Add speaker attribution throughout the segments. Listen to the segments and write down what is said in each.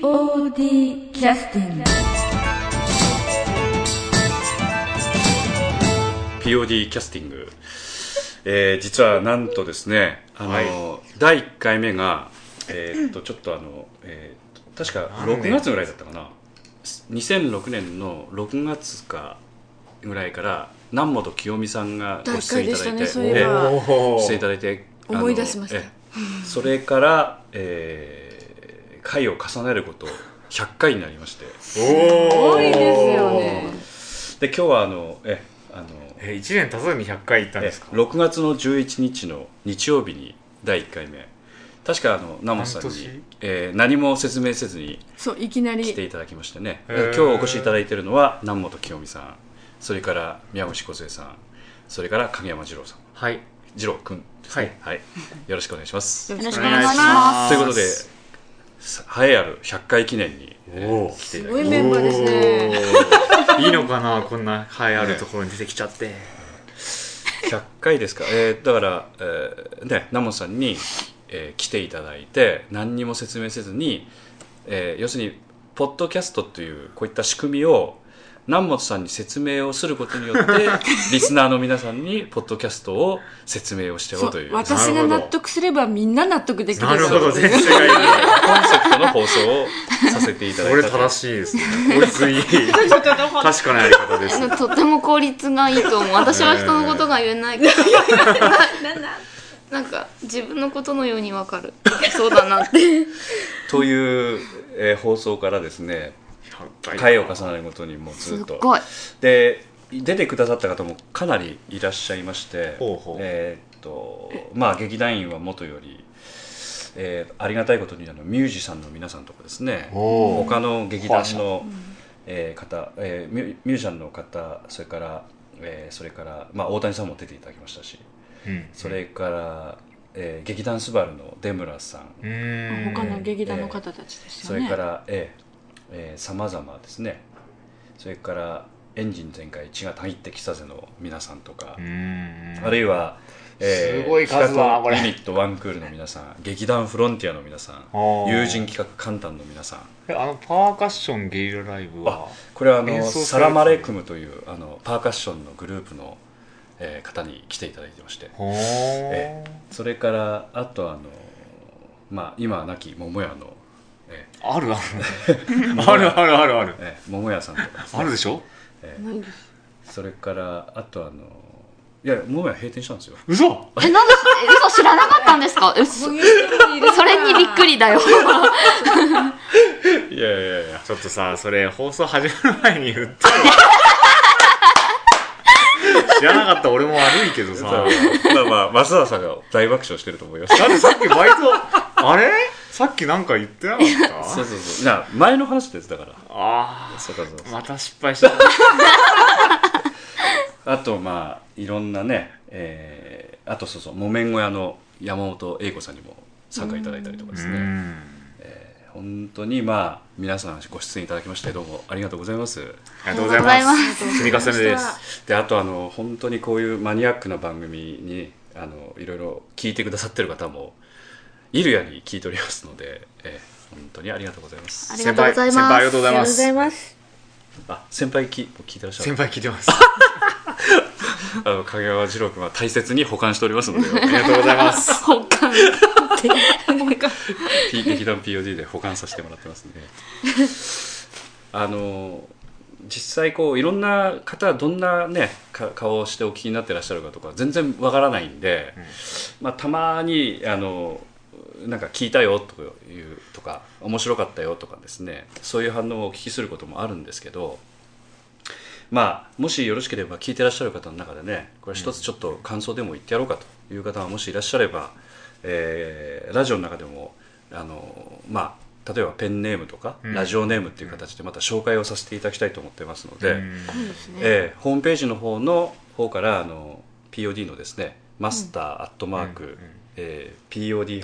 Speaker 1: POD キャスティング
Speaker 2: POD キャスティング、実はなんとですね、第1回目が、ちょっと確か6月ぐらいだったかな、2006年の6月かぐらいから南本清美さんがご出演いただいて、
Speaker 1: 出演
Speaker 2: いただいて
Speaker 1: 思い出しました。
Speaker 2: それから、回を重ねること100回になりまして、
Speaker 1: すごいですよね。
Speaker 2: で今日は
Speaker 3: 1年経たずに100回行ったんですか。
Speaker 2: 6月の11日の日曜日に第1回目、確か南本さんに、何も説明せずに
Speaker 1: いきなり
Speaker 2: 来ていただきましてね、今日お越しいただいているのは南本清美さん、それから宮越梢さん、それから影山二郎さん、
Speaker 3: はい、
Speaker 2: 二郎くんですね、はい、よろしくお願いします。
Speaker 1: よろしくお願いします。
Speaker 2: ということで栄えある100回記念に、来ていただきました。
Speaker 1: すごいメンバーですね。
Speaker 3: いいのかな、こんな栄あるところに出てきちゃって。
Speaker 2: 100回ですか。だから、南本さんに、来ていただいて何にも説明せずに、要するにポッドキャストというこういった仕組みを南本さんに説明をすることによってリスナーの皆さんにポッドキャストを説明をしておうという、
Speaker 1: 私が納得すればみんな納得できる。
Speaker 3: なるほど、全世界に
Speaker 2: コンセプトの放送をさせていただいた。
Speaker 3: これ正しいですね。効率いい確かなやり方です。
Speaker 4: とても効率がいいと思う。私は人のことが言えないからなんか自分のことのように分かる。そうだなって
Speaker 2: という、放送からですね、回を重ねるごとにもうずっと
Speaker 4: すごい
Speaker 2: で出てくださった方もかなりいらっしゃいまして、劇団員はもとより、ありがたいことにミュージシャンの皆さんとかですね、他の劇団の、方、ミュージシャンの方、それから、大谷さんも出ていただきましたし、それから、劇団スバルの出村さん、
Speaker 1: 他の劇団の方たちですよね。
Speaker 2: それからさまざまですね、それからエンジン全開血がたぎってきたぜの皆さんとか、あるいは、
Speaker 3: すごい数だこれ。
Speaker 2: ユニットワンクールの皆さん、劇団フロンティアの皆さん、友人企画カンタンの皆さん、
Speaker 3: パーカッションゲリラライブは
Speaker 2: これはサラマレクムというパーカッションのグループの、方に来ていただいてまして、それからあと今は亡き桃屋の
Speaker 3: ある
Speaker 2: 桃屋さんとかですね、
Speaker 3: あるでしょ。
Speaker 2: それからあといや桃屋閉店したんですよ。
Speaker 3: 嘘。
Speaker 4: なんで嘘知らなかったんですか。それにびっくりだよ
Speaker 2: いや
Speaker 3: ちょっとさ、それ放送始まる前に言って知らなかった俺も悪いけどさ
Speaker 2: 増田さんが大爆笑してると思います。
Speaker 3: だってさっきバイトあれさっきなんか言ってなかった
Speaker 2: そう前の話ですだから。そう
Speaker 3: また失敗した
Speaker 2: あといろんなね、あと木綿小屋の山本英子さんにも参加いただいたりとかですね、本当に皆さんご出演いただきましてどうもありがとうございます。
Speaker 3: ありがとうございます。積み重ねです。
Speaker 2: であと本当にこういうマニアックな番組にいろいろ聞いてくださってる方もいるやに聞いておりますので、本当にありがとうございます。
Speaker 4: ありがとうございます。
Speaker 3: 先輩ありがとうございます。
Speaker 2: 先輩聞いてらっしゃる。
Speaker 3: 先輩聞いてます。
Speaker 2: 影山二郎君は大切に保管しておりますので
Speaker 3: ありがとうございます。
Speaker 4: 保管
Speaker 2: 劇団 POD で保管させてもらってますんで実際いろんな方はどんなね顔をしてお聞きになってらっしゃるかとか全然わからないんで、たまになんか聞いたよとか面白かったよとかですね、そういう反応をお聞きすることもあるんですけど、もしよろしければ聞いてらっしゃる方の中でね、これ一つちょっと感想でも言ってやろうかという方がもしいらっしゃれば、ラジオの中でも例えばペンネームとか、ラジオネームっていう形でまた紹介をさせていただきたいと思ってますので、ホームページの方からPOD のですねマスターアットマー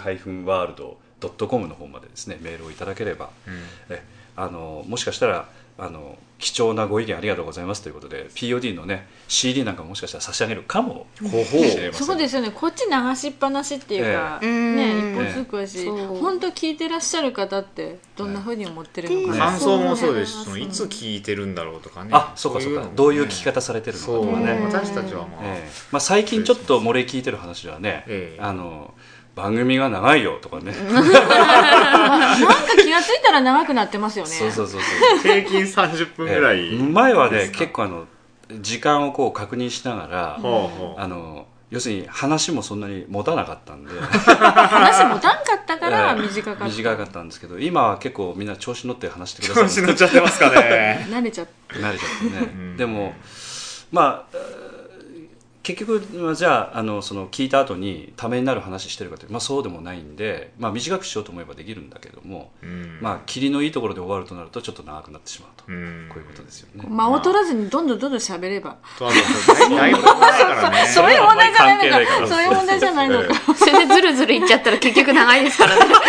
Speaker 2: ク、POD-world.com の方までですねメールをいただければ、もしかしたら貴重なご意見ありがとうございますということで POD のね CD なんかもしかしたら差し上げるかもしれません。
Speaker 1: そうですよね。こっち流しっぱなしっていうか、ね、一本つくやし、本当聞いてらっしゃる方ってどんな風に思ってるのかな。
Speaker 3: 感想もそうですし、そのいつ聞いてるんだろうとかね。
Speaker 2: そうかそうか、どういう聞き方されてるのかとかね。
Speaker 3: 私たちは
Speaker 2: まあ最近ちょっと漏れ聞いてる話ではね、番組が長いよとかね
Speaker 1: なんか気がついたら長くなってますよね。
Speaker 2: そう
Speaker 3: 平均30分ぐらい、
Speaker 2: 前はね結構時間をこう確認しながら、要するに話もそんなに持たなかったんで
Speaker 1: 話持たんかったから短かった、
Speaker 2: 短かったんですけど、今は結構みんな調子乗って話してくださる。
Speaker 3: 調子乗っちゃってますかね
Speaker 1: 慣れちゃって
Speaker 2: ねでもまあ結局じゃあその聞いた後にためになる話してるかというと、そうでもないんで、短くしようと思えばできるんだけども、切りのいいところで終わるとなるとちょっと長くなってしまうと、こういうことですよね。
Speaker 1: 間を取らずにどんどん喋れば
Speaker 3: だいぶないからね。
Speaker 1: そういう問題じゃないのか。そういう問題じゃないのか。
Speaker 4: それでずるずるいっちゃったら結局長いですからね
Speaker 2: いや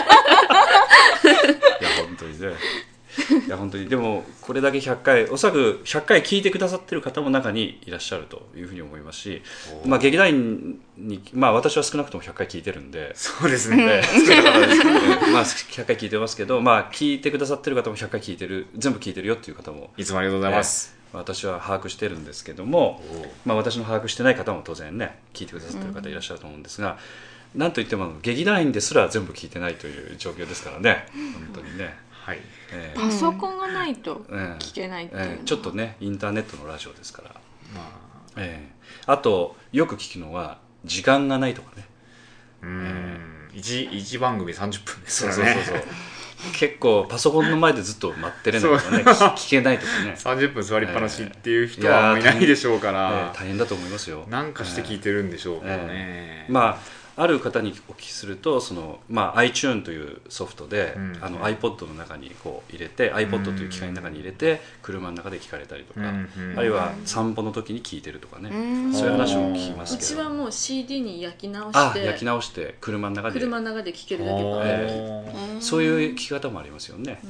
Speaker 2: 本当にねいや本当にでもこれだけ100回おそらく100回聞いてくださってる方も中にいらっしゃるというふうに思いますし、劇団員に、私は少なくとも100回聞いてるんで、
Speaker 3: そうですね、
Speaker 2: 少なかったですけどね100回聞いてますけど、聞いてくださってる方も100回聞いてる、全部聞いてるよっていう方も
Speaker 3: いつもありがとうございます、
Speaker 2: 私は把握してるんですけども、私の把握してない方も当然ね聞いてくださってる方いらっしゃると思うんですが、なんといっても劇団員ですら全部聞いてないという状況ですからね、本当にね。
Speaker 3: はい、
Speaker 1: パソコンがないと聞けないっていう、
Speaker 2: ちょっとねインターネットのラジオですから、あとよく聞くのは時間がないとかね、
Speaker 3: 1番組30分ですからね。
Speaker 2: そう結構パソコンの前でずっと待ってれないとかね聞けないとかね
Speaker 3: 30分座りっぱなしっていう人はいないでしょうから、
Speaker 2: 大変だと思いますよ。
Speaker 3: なんかして聞いてるんでしょうけどね。
Speaker 2: ある方にお聞きするとiTune というソフトで、iPod の中にこう入れて iPod という機械の中に入れて車の中で聞かれたりとか、あるいは散歩の時に聞いてるとかね、そういう話を聞きますけど、
Speaker 1: うちはもう CD に焼き直して
Speaker 2: 車の中で
Speaker 1: 聞けるだけ
Speaker 2: そういう聞き方もありますよね。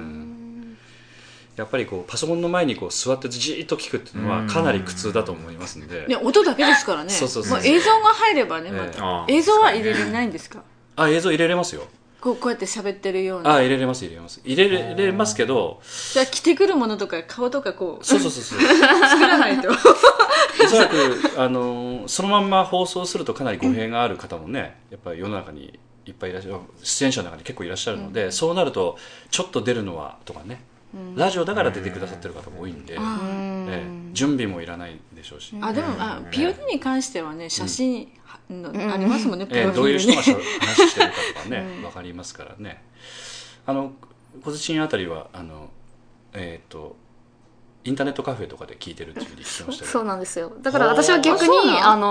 Speaker 2: やっぱりこうパソコンの前にこう座ってじーっと聞くっていうのはかなり苦痛だと思いますんで、
Speaker 1: 音だけですからね。映像が入ればね、映像は入れれないんですか？
Speaker 2: 映像入れれますよ。
Speaker 1: こうやって喋ってるように
Speaker 2: 入れれますけど、
Speaker 1: じゃあ着てくるものとか顔とかこう
Speaker 2: そう
Speaker 1: 作らないとお
Speaker 2: そらくそのまんま放送するとかなり語弊がある方もね、やっぱり世の中にいっぱいいらっしゃる、出演者の中に結構いらっしゃるので、そうなるとちょっと出るのはとかね、ラジオだから出てくださってる方も多いんで、準備もいらないでしょうし、
Speaker 1: でもPOD に関してはね、写真ありますもんね、
Speaker 2: どういう人が話してるかとかね分かりますからね。小槌あたりはインターネットカフェとかで聞いてるっていうふうに聞きましたけど、
Speaker 4: そうなんですよ。だから私は逆に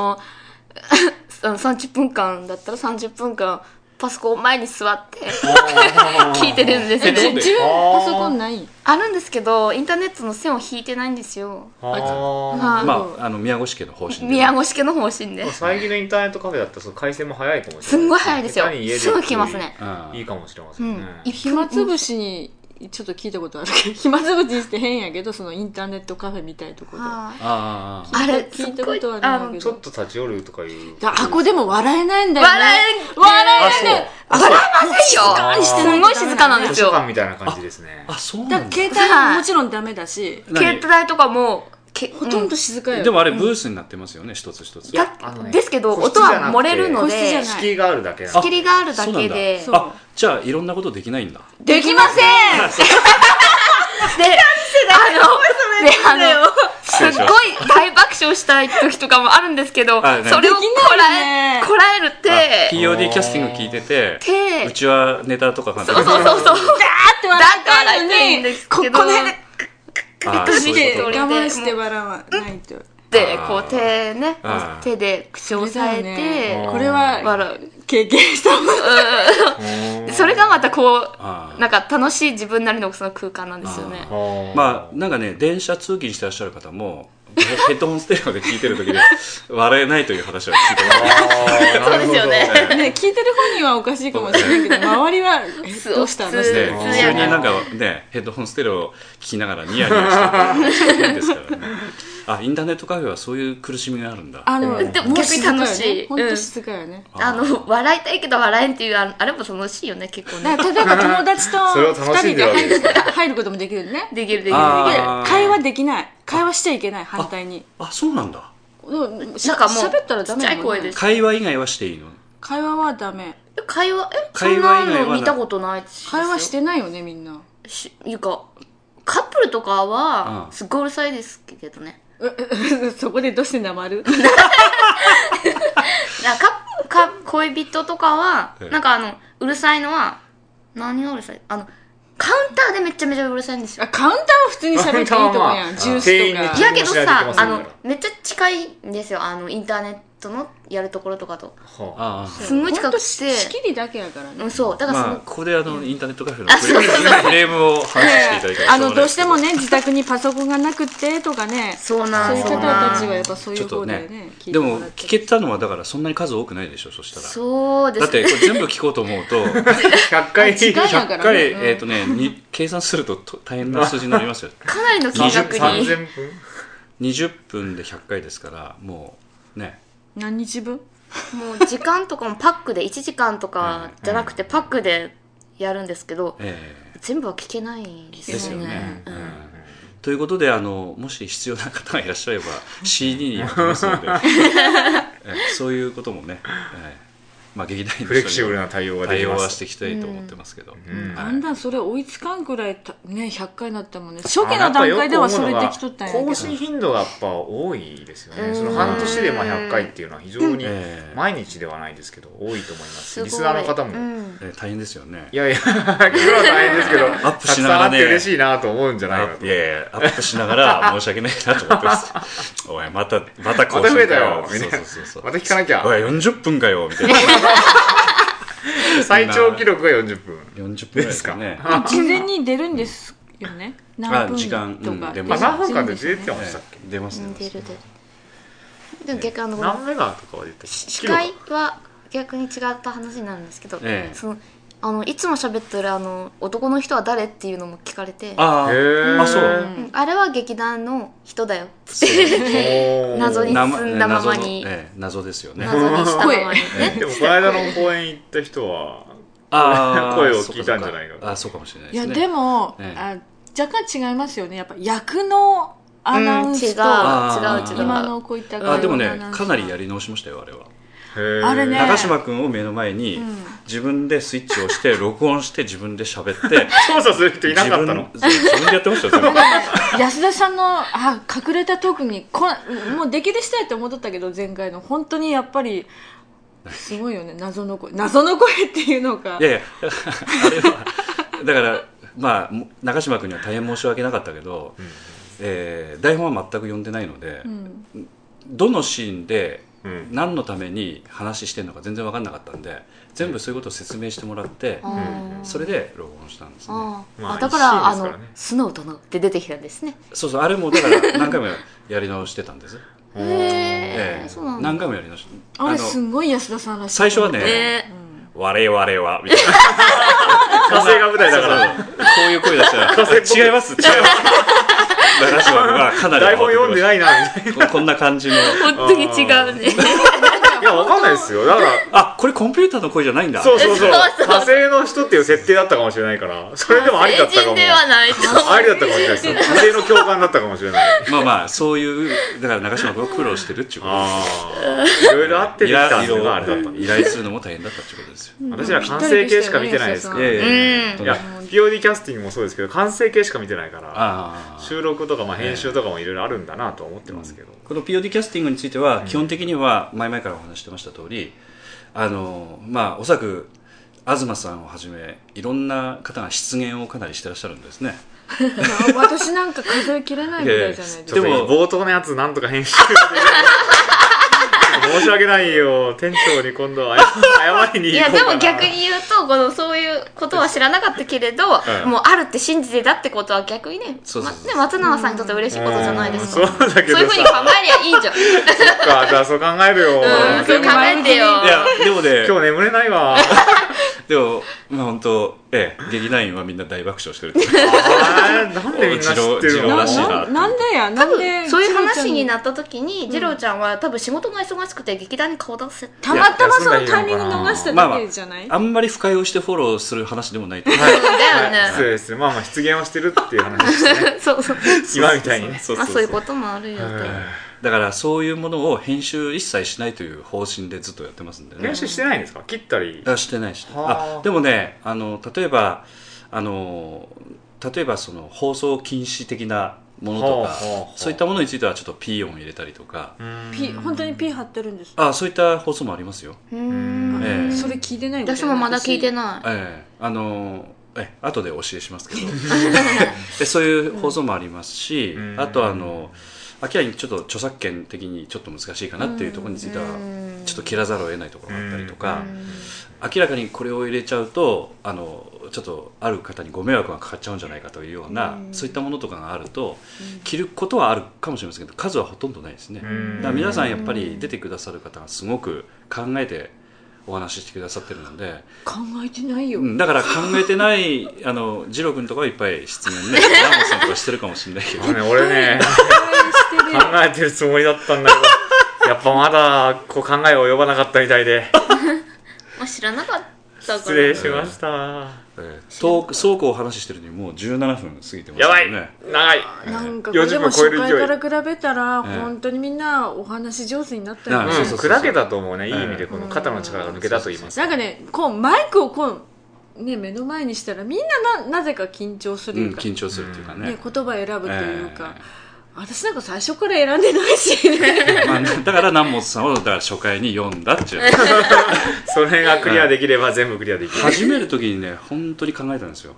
Speaker 4: 30分間だったら30分間パソコン前に座って聞いてるんですよね。
Speaker 1: 自分パソコンない？
Speaker 4: あるんですけどインターネットの線を引いてないんですよ。
Speaker 2: 宮越家の方針で、
Speaker 4: 宮越家の方針で
Speaker 3: 最近のインターネットカフェだったらその回線も早いかもしれない。
Speaker 4: すんごい早いですよ。すぐ来ますね。
Speaker 3: いいかもしれませんね。
Speaker 1: 暇つぶしにちょっと聞いたことあるけど、暇つぶしにして変やけど、そのインターネットカフェみたいなところで
Speaker 4: あれ
Speaker 1: 聞いたことあるんだけど、
Speaker 3: ちょっと立ち寄るとかいう
Speaker 1: こでも笑えないんだよね。笑えない。
Speaker 4: 笑えませんよ。すごい静かなんですよ。
Speaker 3: 図書館みたいな感じですね。
Speaker 2: そうなんだ。
Speaker 1: 携帯ももちろんダメだし、
Speaker 4: 携帯とかも
Speaker 1: ほとんど静かよ。
Speaker 2: でもあれブースになってますよね、一つ一つ。
Speaker 4: ですけど音は漏れるので、
Speaker 3: 仕切りがあるだけ
Speaker 4: 仕切りがあるだけで、
Speaker 2: じゃあいろんなことできないんだ。
Speaker 4: できません。すっごい大爆笑したい時とかもあるんですけど、それをこらえるって
Speaker 2: POD キャスティング聞いてて、うちはネタとか
Speaker 4: そうダーッて笑いたいんですけど、
Speaker 1: この辺で我慢して笑わないと。
Speaker 4: でこう手で口を押さえて、
Speaker 1: これは経験したも
Speaker 4: の。それがまたこうなんか楽しい自分なりのその空間なんですよね。
Speaker 2: なんかね、電車通勤してらっしゃる方もヘッドホンステレオで聞いてる時で笑えないという話は聞いてます。
Speaker 4: そうですよね。
Speaker 1: ね、聞いてる本人はおかしいかもしれないけど周りはどうした話
Speaker 2: で
Speaker 1: で
Speaker 2: 普通になんかねヘッドホンステレオを聞きながらニヤニヤしてる変ですからね。インターネットカフェはそういう苦しみがあるんだ。
Speaker 4: でも逆に楽しい。
Speaker 1: 本当静かよね。
Speaker 4: 笑いたいけど笑えんっていうあれも楽しいよね結構ね。
Speaker 1: 例えば友達と2人で入ることもできるね。
Speaker 4: できる。
Speaker 1: 会話できない。会話しちゃいけない反対に。
Speaker 2: そうなんだ。
Speaker 4: なんかもう
Speaker 1: 喋ったらダメなの。
Speaker 4: ちっちゃい声で。
Speaker 2: 会話以外はしていいの？
Speaker 1: 会話はダメ。
Speaker 4: 会話そんなの見たことないですよ。
Speaker 1: 会話してないよねみんな。
Speaker 4: いうかカップルとかはすっごいうるさいですけどね。
Speaker 1: そこでどうして黙る？
Speaker 4: 恋人とかはなんかうるさいのは何がうるさい？カウンターでめちゃめちゃうるさいんですよ。
Speaker 1: カウンターは普通に喋っていいとこやん。ジュースとか。
Speaker 4: いやけどさめっちゃ近いんですよ。インターネットのやるところとかとすんごい近くて
Speaker 1: 仕切りだけやからね。
Speaker 4: そうだから
Speaker 2: ここでインターネットカフェのフレームを話していただいたら
Speaker 1: どうしてもね自宅にパソコンがなくてとかね、そういう方たちはやっぱそういう方だよね。
Speaker 2: でも聞けたのはだからそんなに数多くないでしょ。そしたら
Speaker 4: そうです。
Speaker 2: だってこれ全部聞こうと思うと
Speaker 3: 100回
Speaker 2: 計算すると大変な数字になりますよ。
Speaker 4: かなりの金額に
Speaker 2: 20分で100回ですからもうね
Speaker 1: 何日分？
Speaker 4: もう時間とかもパックで1時間とかじゃなくてパックでやるんですけど、全部は聞けないですよね。
Speaker 2: ということでもし必要な方がいらっしゃれば CD にやってますのでそういうこともね、劇団員
Speaker 3: フレキシブルな対応ができます。
Speaker 2: 対応はしていきたいと思ってますけど、
Speaker 1: だんだんそれ追いつかんくらいね100回になったもんね。初期の段階ではそれできとったんやけど
Speaker 3: 更新頻度がやっぱ多いですよね。その半年で100回っていうのは非常に毎日ではないですけど多いと思います。リスナーの方も
Speaker 2: 大変ですよね。
Speaker 3: いや聞くのは大変ですけど
Speaker 2: アップしながらね
Speaker 3: たくさんあって嬉しいなと思うんじゃないかと。
Speaker 2: いやアップしながら申し訳ないなと思ってますおいまた更新
Speaker 3: 増えたよみたいな。
Speaker 2: そう
Speaker 3: また聞かなきゃ。
Speaker 2: おい40分かよみたいな
Speaker 3: 最長記録が40分
Speaker 2: ですかね。
Speaker 1: 事前に出るんですよね。何分
Speaker 2: 時間
Speaker 1: とか
Speaker 3: 何分間で出てましたっけ？
Speaker 2: 出ますね。
Speaker 4: 出るでも逆に
Speaker 3: 何メガとかは出て
Speaker 4: 司会は逆に違った話になるんですけど、いつも喋ってる男の人は誰っていうのも聞かれて、
Speaker 2: そう
Speaker 4: あれは劇団の人だよって謎に包んだままに
Speaker 2: 謎ですよね。
Speaker 4: 謎にしたままにね。
Speaker 3: でもこの間の公演行った人は声を聞いたんじゃないか。
Speaker 2: そうかもしれないですね。
Speaker 1: いやでも若干違いますよね。やっぱ役のアナウンスと今のこういった
Speaker 2: でもねかなりやり直しましたよあれは。
Speaker 1: あれね、
Speaker 2: 長嶋君を目の前に自分でスイッチを押して録音して自分で喋って
Speaker 3: 操作する人いなかったの？
Speaker 2: 自分でやってましたよ。
Speaker 1: 安田さんの隠れたトークにもう出来でしたいって思っとったけど前回の本当にやっぱりすごいよね。謎の声っていうのか。
Speaker 2: いやあれはだから長嶋君には大変申し訳なかったけど、台本は全く読んでないので、どのシーンで何のために話してるのか全然分かんなかったんで全部そういうことを説明してもらってそれで録音したんですね。
Speaker 4: だからスノー殿って出てきたんですね。
Speaker 2: そうあれもだから何回もやり直してたんです。何回もやり直して
Speaker 1: あれすごい安田さんらしい。
Speaker 2: 最初はね我々はみたいな
Speaker 3: 火星が舞台だから
Speaker 2: こういう声出したら違います長嶋君はかなり
Speaker 3: 台本読んでないなみたいな
Speaker 2: こんな感じの
Speaker 4: 本当に違うね。
Speaker 3: いやわかんないですよ。だから
Speaker 2: これコンピューターの声じゃないんだ。
Speaker 3: そう火星の人っていう設定だったかもしれないからそれでもありだったかも。
Speaker 4: ではない
Speaker 3: ありだったかもしれないですよ。火星の共感だったかもしれない。
Speaker 2: そういうだから長嶋君は苦労してるっていうことです。
Speaker 3: いろいろあってできたのがあれだったんです。
Speaker 2: 依頼するのも大変だったっていうことですよ。
Speaker 3: 私ら完成形しか見てないですから。いや POD キャスティングもそうですけど完成形しか見てないから収録とか編集とかもいろいろあるんだなと思ってますけど、
Speaker 2: この POD キャスティングについては基本的には前々からお話してました通りおそらく東さんをはじめいろんな方が出現をかなりしてらっしゃるんですね。
Speaker 1: 私なんか数えきれないぐらいじゃないですか。
Speaker 3: でも冒頭のやつなんとか編集申し訳ないよ、店長に今度謝りに行こうかな。
Speaker 4: いやでも逆に言うとそういうことは知らなかったけれど、もうあるって信じてたってことは逆にね、松永さんにとっては嬉しいことじゃないですか。
Speaker 3: そうだけど
Speaker 4: そういうふうに考えりゃいいじゃん。
Speaker 3: そっか、じゃあそう考えるよ。
Speaker 4: そう考えてよ。
Speaker 2: いやでもね、
Speaker 3: 今日眠れないわ。
Speaker 2: でもまあ本当劇団員はみんな大爆笑してる。
Speaker 3: なんでみんな知ってるの？
Speaker 1: なんでや、なんで
Speaker 4: そういう話になった時に次郎ちゃんは多分仕事が忙しくて劇団に顔出せ
Speaker 1: たまたまそのタイミング逃しただけじゃない？
Speaker 2: あんまり深酔いしてフォローする話でもないと。
Speaker 4: だよね。
Speaker 3: 失礼です。まあ失言をしてるっていう話ですね。
Speaker 4: そう
Speaker 3: 今みたいにね。
Speaker 4: そういうこともあるよ。
Speaker 2: だからそういうものを編集一切しないという方針でずっとやってますんでね。
Speaker 3: 編集してないんですか？切ったり。
Speaker 2: してないし。でもね、例えばその放送禁止的なものとか、そういったものについてはちょっと P 音入れたりとか。
Speaker 1: 本当に P 貼ってるんです
Speaker 2: か？そういった放送もありますよ。
Speaker 1: それ聞いてないんだよね。
Speaker 4: 私もまだ聞いてない。
Speaker 2: 後でお教えしますけどそういう放送もありますし、あと明らかにちょっと著作権的にちょっと難しいかなっていうところについてはちょっと切らざるを得ないところがあったりとか、明らかにこれを入れちゃうとちょっとある方にご迷惑がかかっちゃうんじゃないかというような、そういったものとかがあると切ることはあるかもしれませんけど、数はほとんどないですね。だから皆さんやっぱり出てくださる方がすごく考えてお話ししてくださってるので。
Speaker 1: 考えてないよ。
Speaker 2: だから考えてない次郎君とかはいっぱい質問ね、南本さんとかしてるかもしれないけど
Speaker 3: 俺ね考えてるつもりだったんだけど、やっぱまだこう考え及ばなかったみたいで
Speaker 4: 知らなかったから
Speaker 3: 失礼しました。
Speaker 2: そうこうお話ししてるのにもう17分過ぎてますよね。
Speaker 3: やばい、長い。
Speaker 1: なんか
Speaker 3: 40分超える勢い。
Speaker 1: でも初回から比べたら本当にみんなお話上手になったよね。
Speaker 3: 砕けたと思うね。いい意味でこの肩の力が抜けたと言いますか。
Speaker 1: なんかね、こうマイクを目の前にしたらみんななぜか緊張する
Speaker 2: 緊張するっていうかね、
Speaker 1: 言葉選ぶというか、私なんか最初から選んでないしね
Speaker 2: だから南本さんを初回に読んだっていう
Speaker 3: それがクリアできれば全部クリアできる。
Speaker 2: 始める時にね本当に考えたんですよ。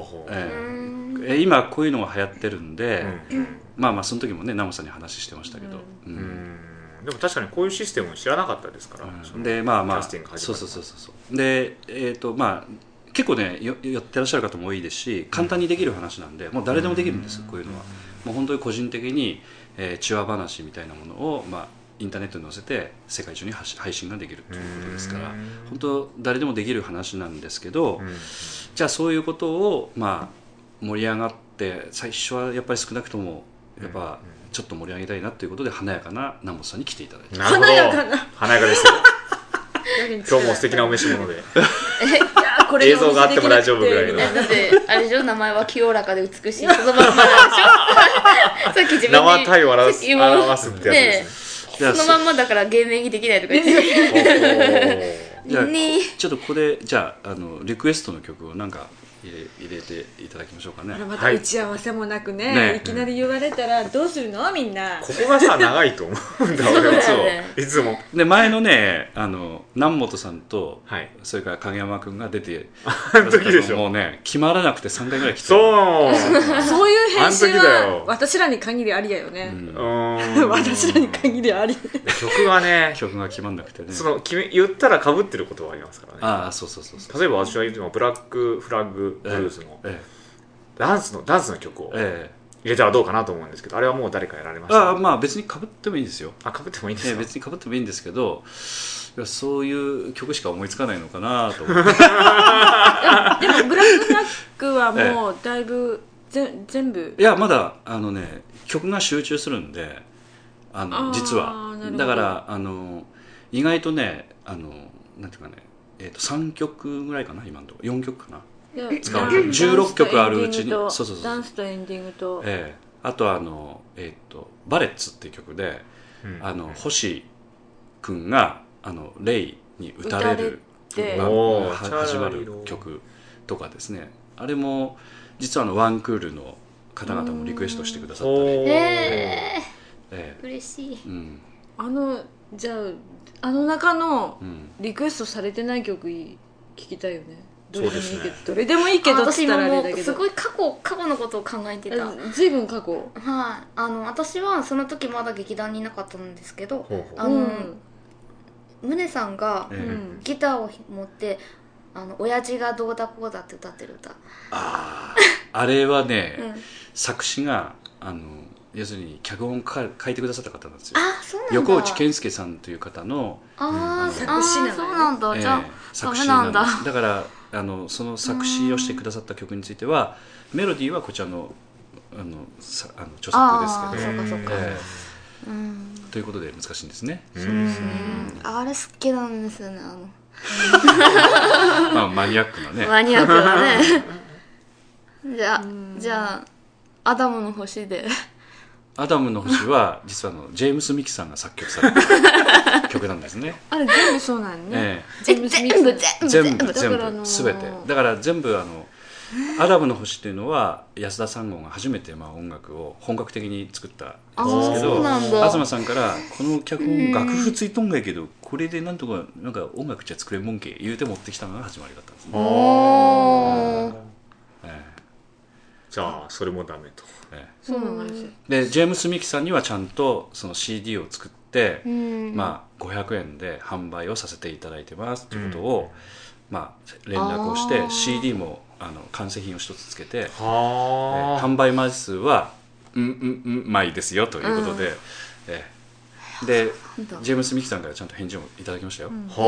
Speaker 2: 今こういうのが流行ってるんで、まあその時もね南本さんに話してましたけど、
Speaker 3: でも確かにこういうシステムを知らなかったですから、
Speaker 2: でまあそうでまあ結構ねやってらっしゃる方も多いですし、簡単にできる話なんでもう誰でもできるんです、こういうのは。もう本当に個人的にチワ話みたいなものを、インターネットに載せて世界中に配信ができるということですから、本当誰でもできる話なんですけど、じゃあそういうことを盛り上がって最初はやっぱり少なくともやっぱちょっと盛り上げたいなということで華やかな南本さんに来ていただいて。
Speaker 3: 華やかですよ今日も素敵なお召し物で映像があっても大丈夫ぐらいの。
Speaker 4: だってあれでしょ、名前は清らかで美しいそのまんまなんでしょさっき自分で
Speaker 3: 生体を表すってやつです
Speaker 4: ね。そのまんまだから芸名にできないとか言って
Speaker 2: じゃあちょっとここでじゃあリクエストの曲をなんか入れていただきましょうかね。
Speaker 1: また打ち合わせもなくね、いきなり言われたらどうするのみんな。
Speaker 3: ここがさ長いと思うんだ俺はいつも。
Speaker 2: で前のね南本さんと、それから影山君が出て
Speaker 3: あの時でしょ。
Speaker 2: もうね決まらなくて3回ぐらい来て
Speaker 1: そういう編集は私らに限りありやよね。私らに限りあり。
Speaker 3: 曲がね
Speaker 2: 曲が決まんなくてね、
Speaker 3: 言ったら被ってることはありますからね。
Speaker 2: そう
Speaker 3: 例えば私は言うとブラックフラッグブルースのダンスの曲を入れたらどうかなと思うんですけど、あれはもう誰かやられました？
Speaker 2: まあ別に被ってもいいんですよ。
Speaker 3: 被ってもいいんですか？
Speaker 2: 別に被ってもいいんですけど、そういう曲しか思いつかないのかなと思って
Speaker 1: でもブラックフラッグはもうだいぶ全部
Speaker 2: いやまだ曲が集中するんで実はだから意外とねなんていうかね3曲ぐらいかな、今のところ4曲かな使われる。16曲あるうちに
Speaker 1: ダンスとエンディングと
Speaker 2: あとバレッツっていう曲で星くんがレイに歌れる始まる曲とかですね。あれも実はワンクールの方々もリクエストしてくださったり。
Speaker 4: 嬉しい。
Speaker 1: じゃあ中のリクエストされてない曲聞きたいよね。どれでもいいけど
Speaker 4: 私もすごい過去のことを考えてた。
Speaker 1: 随分過去。
Speaker 4: はい。私はその時まだ劇団にいなかったんですけど、 宗さんがギターを持って親父がどうだこうだって歌ってる歌。
Speaker 2: あれはね、作詞が要するに脚本を書いてくださった方なんですよ。
Speaker 4: そうなんだ。
Speaker 2: 横内健介さんという方の
Speaker 1: 作詞なの。
Speaker 4: そうなんだ。じゃあ
Speaker 2: 作詞なんです。だからその作詞をしてくださった曲についてはメロディーはこちらの著作ですけど、
Speaker 4: そうか
Speaker 2: ということで難しいんですね。
Speaker 4: あれ好きなんですよね。
Speaker 2: マニアックなね。
Speaker 4: マニアックだね。じゃあアダムの星で。
Speaker 2: アダムの星は実はジェームス・ミキさんが作曲された曲なんですね。
Speaker 1: あれ全部そうなんね。
Speaker 4: 全部全部
Speaker 2: 全てだから全部アダムの星っていうのは安田三郷が初めて音楽を本格的に作ったやつですけど、東さんからこの脚本楽譜ついとんがやけどこれでなんとかなんか音楽じゃ作れんもんけ言うて持ってきたのが始まりだったんですね。
Speaker 3: じゃあそれもダメと。
Speaker 1: そうなんですよ。
Speaker 2: でジェームス・ミキさんにはちゃんとその CD を作って、500円で販売をさせていただいてますということを、連絡をして CD も完成品を一つつけて、販売枚数は枚ですよということで、でジェームス・ミキさんからちゃんと返事をいただきましたよ。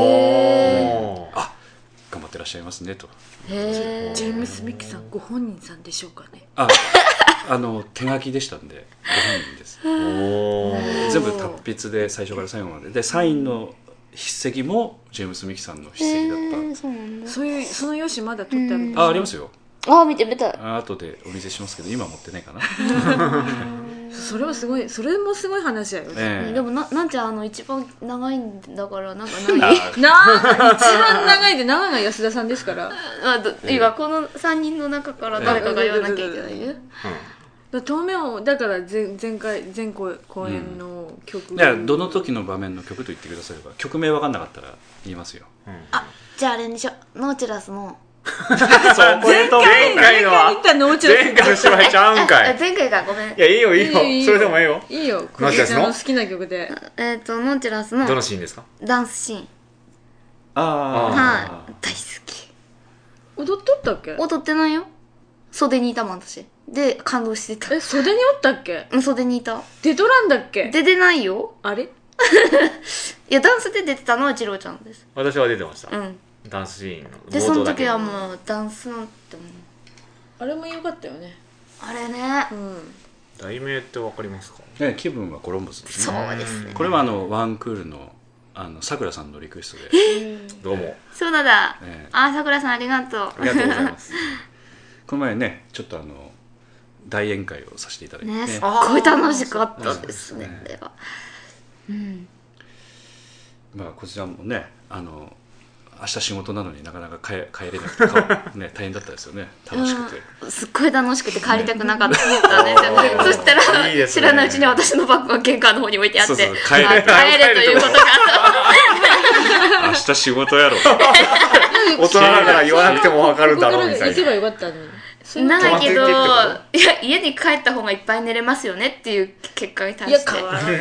Speaker 2: 頑張ってらっしゃいますねと。
Speaker 1: ジェームス・ミキさんご本人さんでしょうかね。
Speaker 2: 手書きでしたんでご本人です。全部達筆で最初から最後までサインの筆跡もジェームス・ミキさんの筆跡だった。
Speaker 1: その用紙まだ取ってあるんです
Speaker 2: か？ありますよ。
Speaker 4: 見てみたい。
Speaker 2: 後でお見せしますけど今持ってないかな。
Speaker 1: それもすごい話だよね。
Speaker 4: でもなんちゃん一番長いんだからなんかない。
Speaker 1: 一番長いで長が安田さんですから。
Speaker 4: 今この3人の中から誰かが言わなきゃいけないね。
Speaker 1: 当面をだから前公演の曲、
Speaker 2: どの時の場面の曲と言ってくだされば曲名分かんなかったら言いますよ。
Speaker 4: じゃああれにしよう。ノーチュラスの
Speaker 3: 前回の芝居ちゃうんかい。
Speaker 4: 前回かごめん。
Speaker 3: いやいいよそれでもいいよ。
Speaker 1: いいよ。ノーチュラスの好きな曲で。
Speaker 4: ノーチュラスの
Speaker 3: どのシーンですか？
Speaker 4: ダンスシーン。大好き。
Speaker 1: 踊っとったっけ？
Speaker 4: 踊ってないよ。袖にいたもん私。で感動してた。
Speaker 1: 袖におったっけ？
Speaker 4: 袖にいた。
Speaker 1: 出とらんだっけ？
Speaker 4: 出てないよ。
Speaker 1: あれ？
Speaker 4: いやダンスで出てたのは次郎ちゃんです。
Speaker 3: 私は出てました。ダンスシーンの
Speaker 4: でその時はもうダンスなんてもう
Speaker 1: あれも良かったよね。
Speaker 4: あれね。
Speaker 3: 題名ってわかりますか？
Speaker 2: 気分はコロンブスですね。
Speaker 4: そうですね。
Speaker 2: これはワンクールのさくらさんのリクエストで。
Speaker 3: どうも。
Speaker 4: そうだ。さくらさんありがとう。
Speaker 3: ありがとうございます。
Speaker 2: この前ねちょっと大宴会をさせていただいてね。
Speaker 4: すっごい楽しかったですね。あれは。
Speaker 2: こちらもね明日仕事なのになかなか帰れなくて大変だったですよね。楽しくて、
Speaker 4: すっごい楽しくて帰りたくなかったんですよね。そしたら知らないうちに私のバッグが玄関の方に置いてあって、帰れということが
Speaker 2: 明日仕事やろ。
Speaker 3: 大人だから言わなくても分かるだろうみたいな。
Speaker 1: 行けばよかったのに。
Speaker 4: ないけど、いや家に帰った方がいっぱい寝れますよねっていう結果に対して。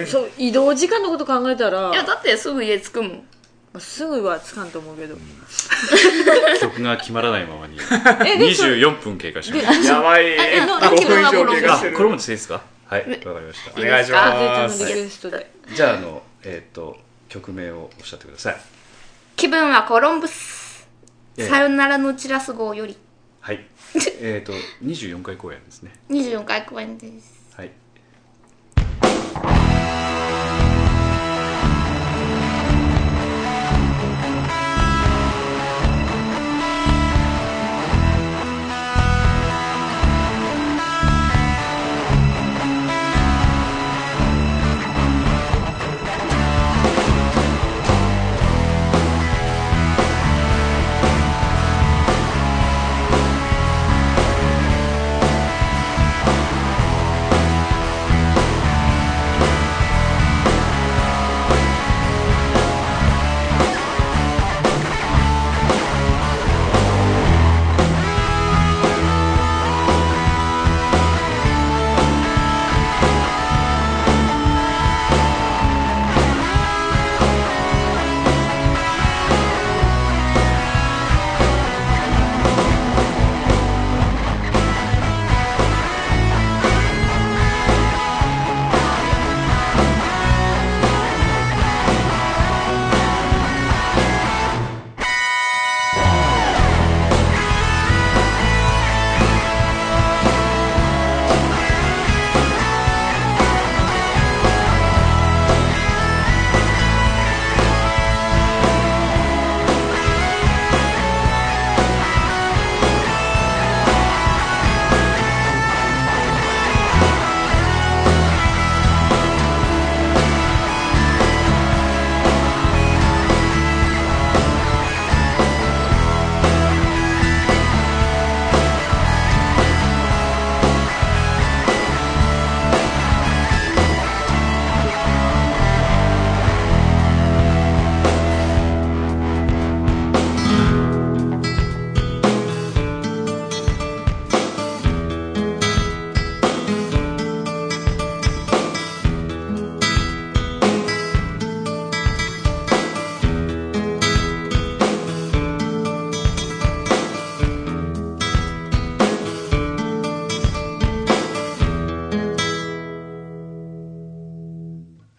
Speaker 1: そう移動時間のこと考えたら。
Speaker 4: いやだってすぐ家着くもん。
Speaker 1: すぐはつかんと思うけど、
Speaker 2: 曲が決まらないままに24分経過しました。
Speaker 3: やばい。5分以上経過してる。
Speaker 2: これもですいいですか？はい、わかりました。
Speaker 3: お願いします。
Speaker 2: じゃあ曲名をおっしゃってください。
Speaker 4: 気分はコロンブス。さよならのチラス号より。
Speaker 2: はい。24回公演ですね。
Speaker 4: 24回公演です。
Speaker 2: はい。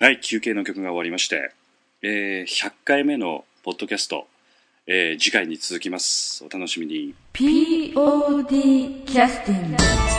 Speaker 2: はい、休憩の曲が終わりまして、100回目のポッドキャスト、次回に続きます。お楽しみに。
Speaker 1: POD キャスティング